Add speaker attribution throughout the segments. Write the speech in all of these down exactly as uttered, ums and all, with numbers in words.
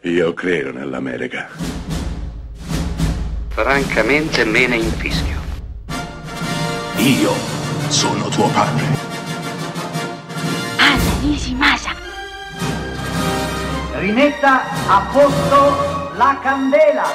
Speaker 1: Io credo nell'America.
Speaker 2: Francamente me ne infischio.
Speaker 3: Io sono tuo padre.
Speaker 4: Anna Nishimasa.
Speaker 5: Rimetta a posto la candela.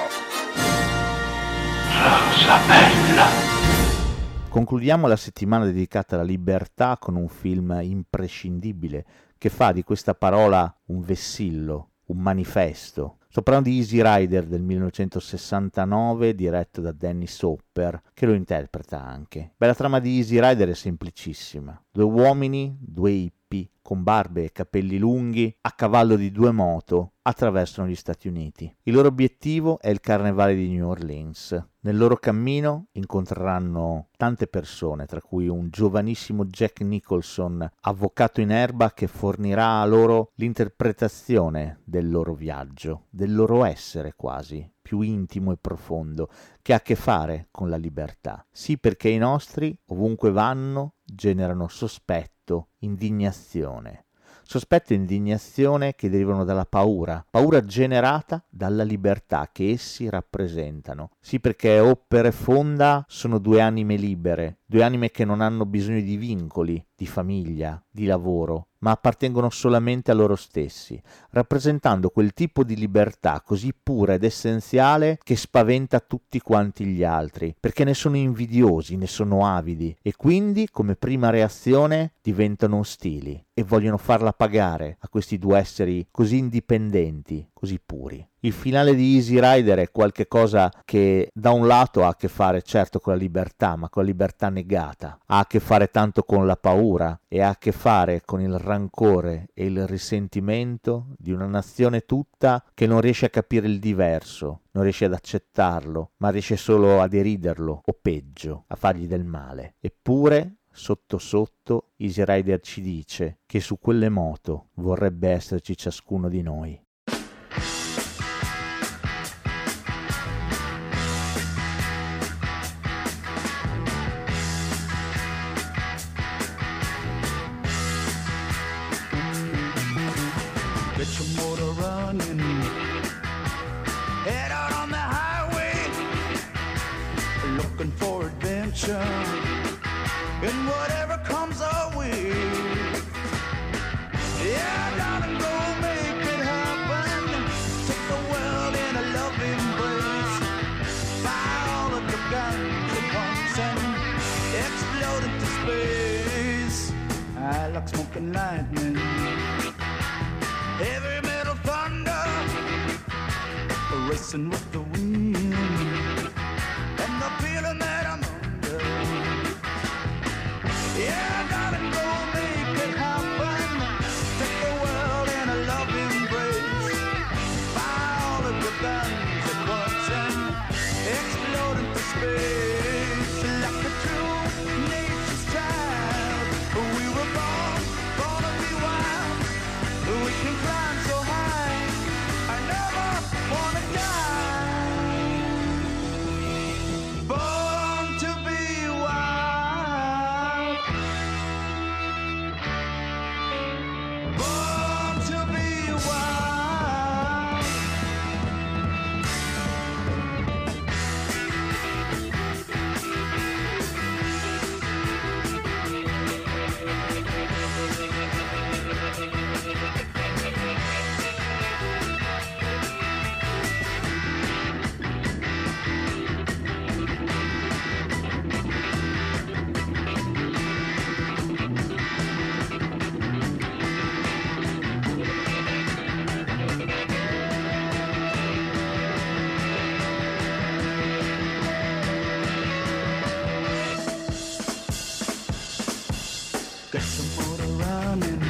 Speaker 3: Rosa bella.
Speaker 6: Concludiamo la settimana dedicata alla libertà con un film imprescindibile che fa di questa parola un vessillo, un manifesto. Sto parlando di Easy Rider del millenovecentosessantanove, diretto da Dennis Hopper, che lo interpreta anche. Beh, la trama di Easy Rider è semplicissima. Due uomini, due hippie, con barbe e capelli lunghi, a cavallo di due moto, attraversano gli Stati Uniti. Il loro obiettivo è il carnevale di New Orleans. Nel loro cammino incontreranno tante persone, tra cui un giovanissimo Jack Nicholson, avvocato in erba, che fornirà a loro l'interpretazione del loro viaggio, del loro essere quasi, più intimo e profondo, che ha a che fare con la libertà. Sì, perché i nostri, ovunque vanno, generano sospetto, indignazione. Sospetto e indignazione che derivano dalla paura, paura generata dalla libertà che essi rappresentano. Sì, perché Hopper e Fonda sono due anime libere, due anime che non hanno bisogno di vincoli, di famiglia, di lavoro, ma appartengono solamente a loro stessi, rappresentando quel tipo di libertà così pura ed essenziale che spaventa tutti quanti gli altri, perché ne sono invidiosi, ne sono avidi e quindi, come prima reazione, diventano ostili e vogliono farla pagare a questi due esseri così indipendenti, così puri. Il finale di Easy Rider è qualche cosa che da un lato ha a che fare certo con la libertà, ma con la libertà negata, ha a che fare tanto con la paura e ha a che fare con il rancore e il risentimento di una nazione tutta che non riesce a capire il diverso, non riesce ad accettarlo, ma riesce solo a deriderlo o peggio, a fargli del male. Eppure, sotto sotto, Easy Rider ci dice che su quelle moto vorrebbe esserci ciascuno di noi.
Speaker 7: Get your motor running, head out on the highway, looking for adventure, and whatever comes our way. Yeah, darling, go make it happen, take the world in a loving embrace, fire all of your guns at once and explode into space. I like smoking lightning, heavy metal thunder, racing with the wind, and the feeling that I'm under. Yeah, darling, go make it happen, take the world in a loving embrace, fire all of your guns at once and explode into space. Like a true nature's child, we were born, born to be wild. We can climb so high, I never wanna die. Born to be wild, born to be wild. Get some motor running,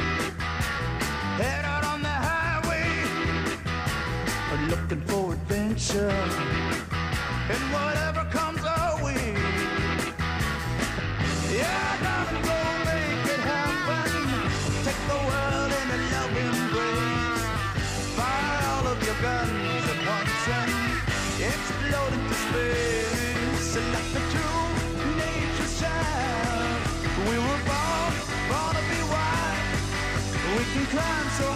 Speaker 7: head out on the highway, looking for adventure, and whatever comes our way. Yeah, darling, go make it happen, take the world in a loving embrace, fire all of your guns at once and explode into space. Like the true nature's child, we were born, born to be wild. We can climb so